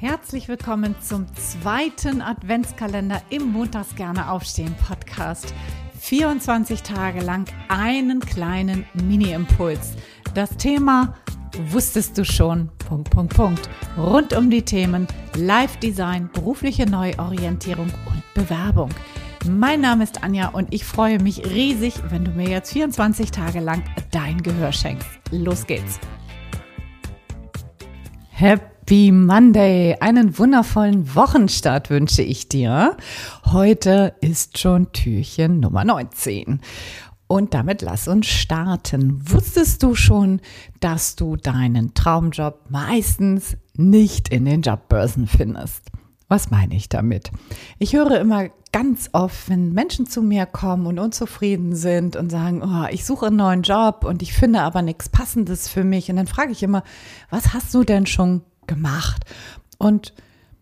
Herzlich willkommen zum zweiten Adventskalender im Montags gerne aufstehen Podcast. 24 Tage lang einen kleinen Mini-Impuls. Das Thema wusstest du schon, ... Rund um die Themen Live-Design, berufliche Neuorientierung und Bewerbung. Mein Name ist Anja und ich freue mich riesig, wenn du mir jetzt 24 Tage lang dein Gehör schenkst. Los geht's! Happy Monday! Einen wundervollen Wochenstart wünsche ich dir. Heute ist schon Türchen Nummer 19. Und damit lass uns starten. Wusstest du schon, dass du deinen Traumjob meistens nicht in den Jobbörsen findest? Was meine ich damit? Ich höre immer ganz oft, wenn Menschen zu mir kommen und unzufrieden sind und sagen, oh, ich suche einen neuen Job und ich finde aber nichts Passendes für mich. Und dann frage ich immer, was hast du denn schon gemacht? Und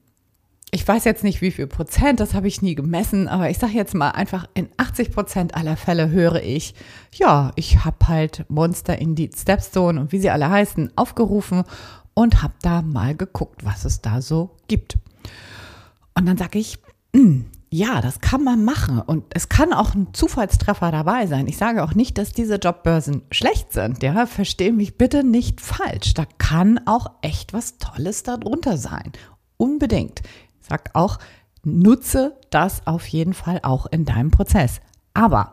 ich weiß jetzt nicht, wie viel Prozent, das habe ich nie gemessen, aber ich sage jetzt mal einfach, in 80% aller Fälle höre ich, ja, ich habe halt Monster, Indeed, Stepstone und wie sie alle heißen, aufgerufen und habe da mal geguckt, was es da so gibt. Und dann sage ich, ja, das kann man machen und es kann auch ein Zufallstreffer dabei sein. Ich sage auch nicht, dass diese Jobbörsen schlecht sind. Ja, versteh mich bitte nicht falsch. Da kann auch echt was Tolles darunter sein. Unbedingt. Ich sage auch, nutze das auf jeden Fall auch in deinem Prozess. Aber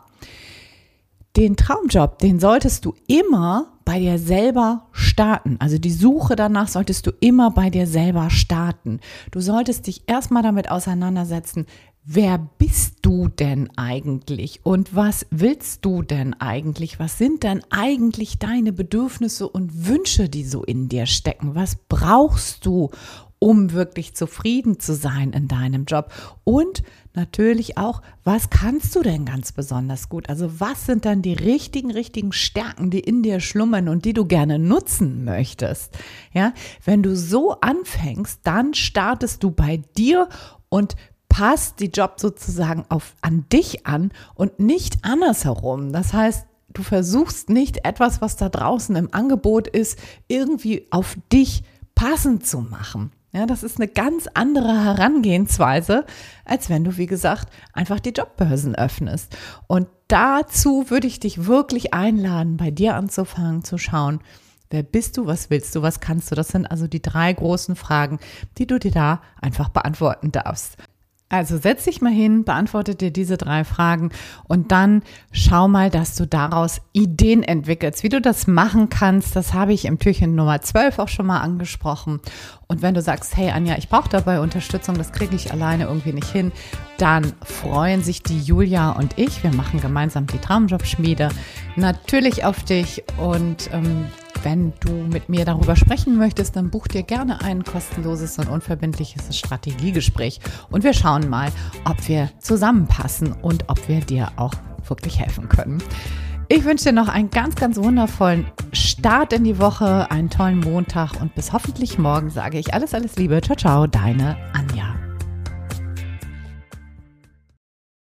den Traumjob, den solltest du immer bei dir selber starten. Also die Suche danach solltest du immer bei dir selber starten. Du solltest dich erstmal damit auseinandersetzen, wer bist du denn eigentlich und was willst du denn eigentlich? Was sind denn eigentlich deine Bedürfnisse und Wünsche, die so in dir stecken? Was brauchst du, um wirklich zufrieden zu sein in deinem Job? Und natürlich auch, was kannst du denn ganz besonders gut? Also was sind dann die richtigen Stärken, die in dir schlummern und die du gerne nutzen möchtest? Ja, wenn du so anfängst, dann startest du bei dir und passt die Job sozusagen an dich an und nicht andersherum. Das heißt, du versuchst nicht etwas, was da draußen im Angebot ist, irgendwie auf dich passend zu machen. Ja, das ist eine ganz andere Herangehensweise, als wenn du, wie gesagt, einfach die Jobbörsen öffnest. Und dazu würde ich dich wirklich einladen, bei dir anzufangen, zu schauen, wer bist du, was willst du, was kannst du? Das sind also die 3 großen Fragen, die du dir da einfach beantworten darfst. Also setz dich mal hin, beantworte dir diese 3 Fragen und dann schau mal, dass du daraus Ideen entwickelst. Wie du das machen kannst, das habe ich im Türchen Nummer 12 auch schon mal angesprochen. Und wenn du sagst, hey Anja, ich brauche dabei Unterstützung, das kriege ich alleine irgendwie nicht hin, dann freuen sich die Julia und ich, wir machen gemeinsam die Traumjob-Schmiede, natürlich auf dich und wenn du mit mir darüber sprechen möchtest, dann buch dir gerne ein kostenloses und unverbindliches Strategiegespräch und wir schauen mal, ob wir zusammenpassen und ob wir dir auch wirklich helfen können. Ich wünsche dir noch einen ganz, ganz wundervollen Start in die Woche, einen tollen Montag und bis hoffentlich morgen sage ich alles Liebe. Ciao, ciao, deine Anna.